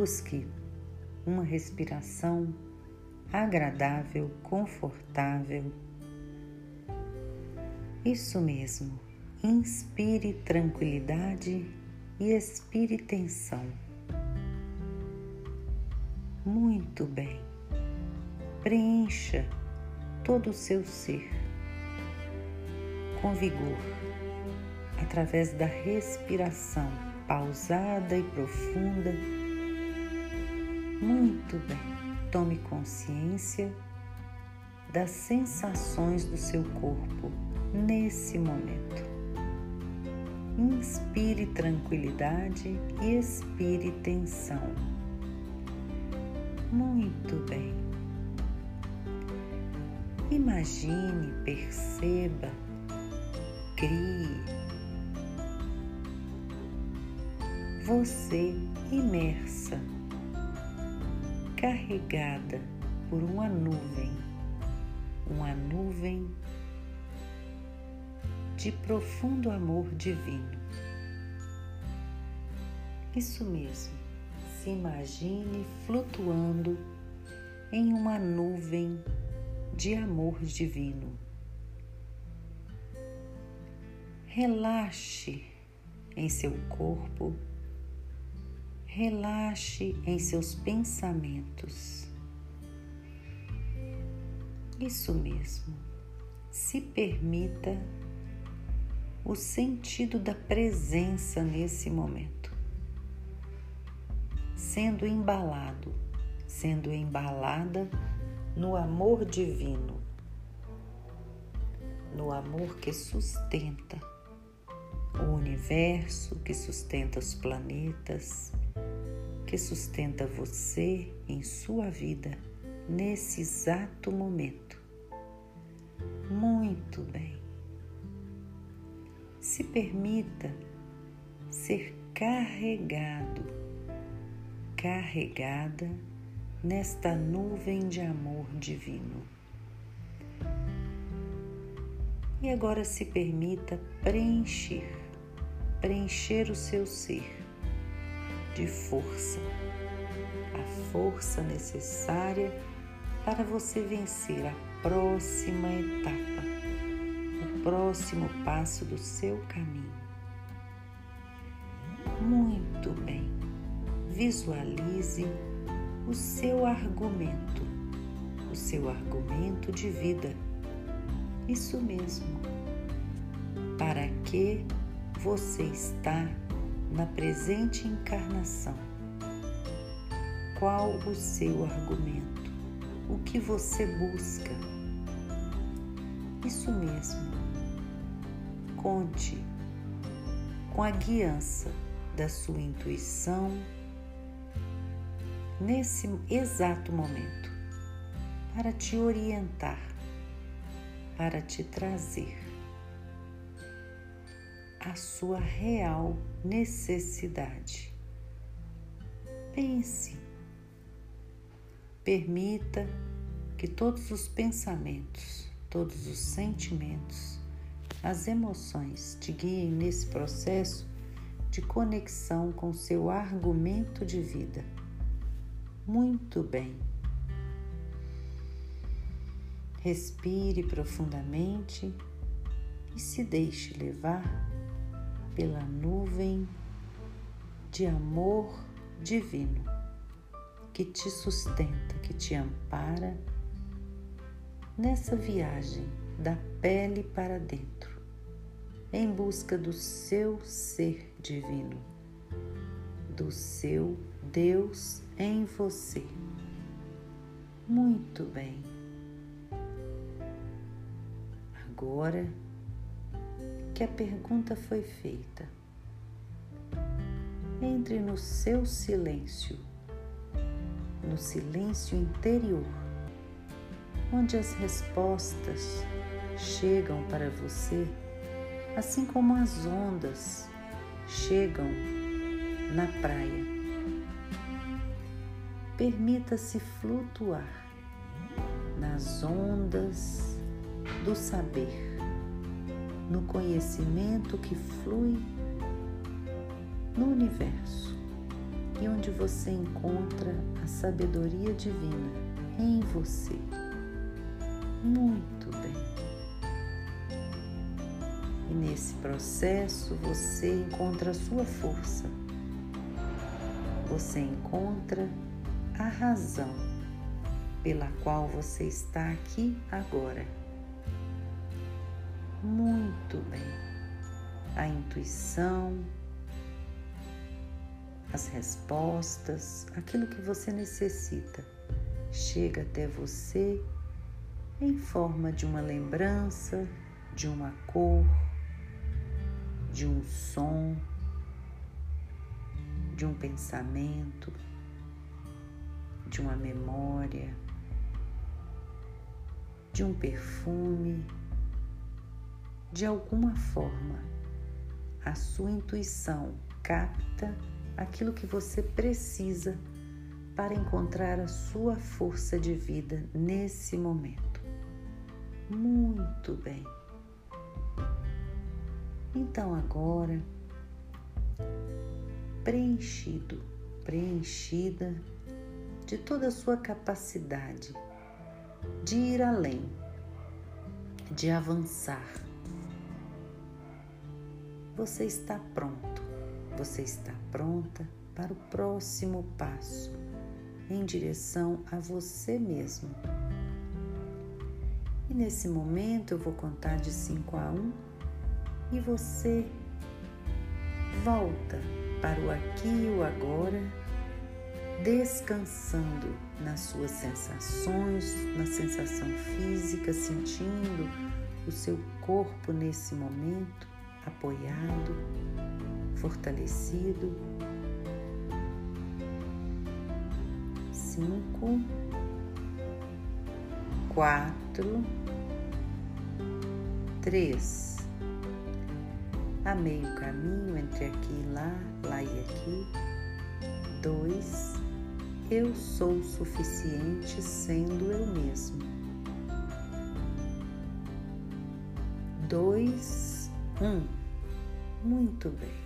busque uma respiração agradável, confortável. Isso mesmo, inspire tranquilidade e expire tensão. Muito bem, preencha todo o seu ser com vigor, através da respiração pausada e profunda. Muito bem, tome consciência das sensações do seu corpo nesse momento. Inspire tranquilidade e expire tensão. Muito bem. Imagine, perceba, crie você imersa, carregada por uma nuvem de profundo amor divino. Isso mesmo, se imagine flutuando em uma nuvem de amor divino. Relaxe em seu corpo, relaxe em seus pensamentos. Isso mesmo, se permita o sentido da presença nesse momento, sendo embalado, sendo embalada no amor divino, no amor que sustenta o universo, que sustenta os planetas, que sustenta você em sua vida nesse exato momento. Muito bem. Se permita ser carregado, carregada nesta nuvem de amor divino. E agora se permita preencher o seu ser de força, a força necessária para você vencer a próxima etapa, o próximo passo do seu caminho. Muito bem, visualize o seu argumento de vida. Isso mesmo, para que você está na presente encarnação. Qual o seu argumento? O que você busca? Isso mesmo. Conte com a guiança da sua intuição nesse exato momento, para te orientar, para te trazer a sua real necessidade. Pense, permita que todos os pensamentos, todos os sentimentos, as emoções te guiem nesse processo de conexão com seu argumento de vida. Muito bem. Respire profundamente e se deixe levar pela nuvem de amor divino que te sustenta, que te ampara nessa viagem da pele para dentro, em busca do seu ser divino, do seu Deus em você. Muito bem. Agora que a pergunta foi feita, entre no seu silêncio, no silêncio interior, onde as respostas chegam para você, assim como as ondas chegam na praia. Permita-se flutuar nas ondas do saber, no conhecimento que flui no universo, e onde você encontra a sabedoria divina em você. Muito bem. E nesse processo você encontra a sua força. Você encontra a razão pela qual você está aqui agora. Muito bem. A intuição, as respostas, aquilo que você necessita, chega até você em forma de uma lembrança, de uma cor, de um som, de um pensamento, de uma memória, de um perfume. De alguma forma, a sua intuição capta aquilo que você precisa para encontrar a sua força de vida nesse momento. Muito bem. Então agora, preenchida de toda a sua capacidade de ir além, de avançar, você está pronto, você está pronta para o próximo passo em direção a você mesmo. E nesse momento eu vou contar de 5 a 1 e você volta para o aqui e o agora, descansando nas suas sensações, na sensação física, sentindo o seu corpo nesse momento, apoiado, fortalecido. 5, 4, 3. A meio caminho entre aqui e lá e aqui. 2. Eu sou suficiente sendo eu mesmo. 2, 1. Muito bem.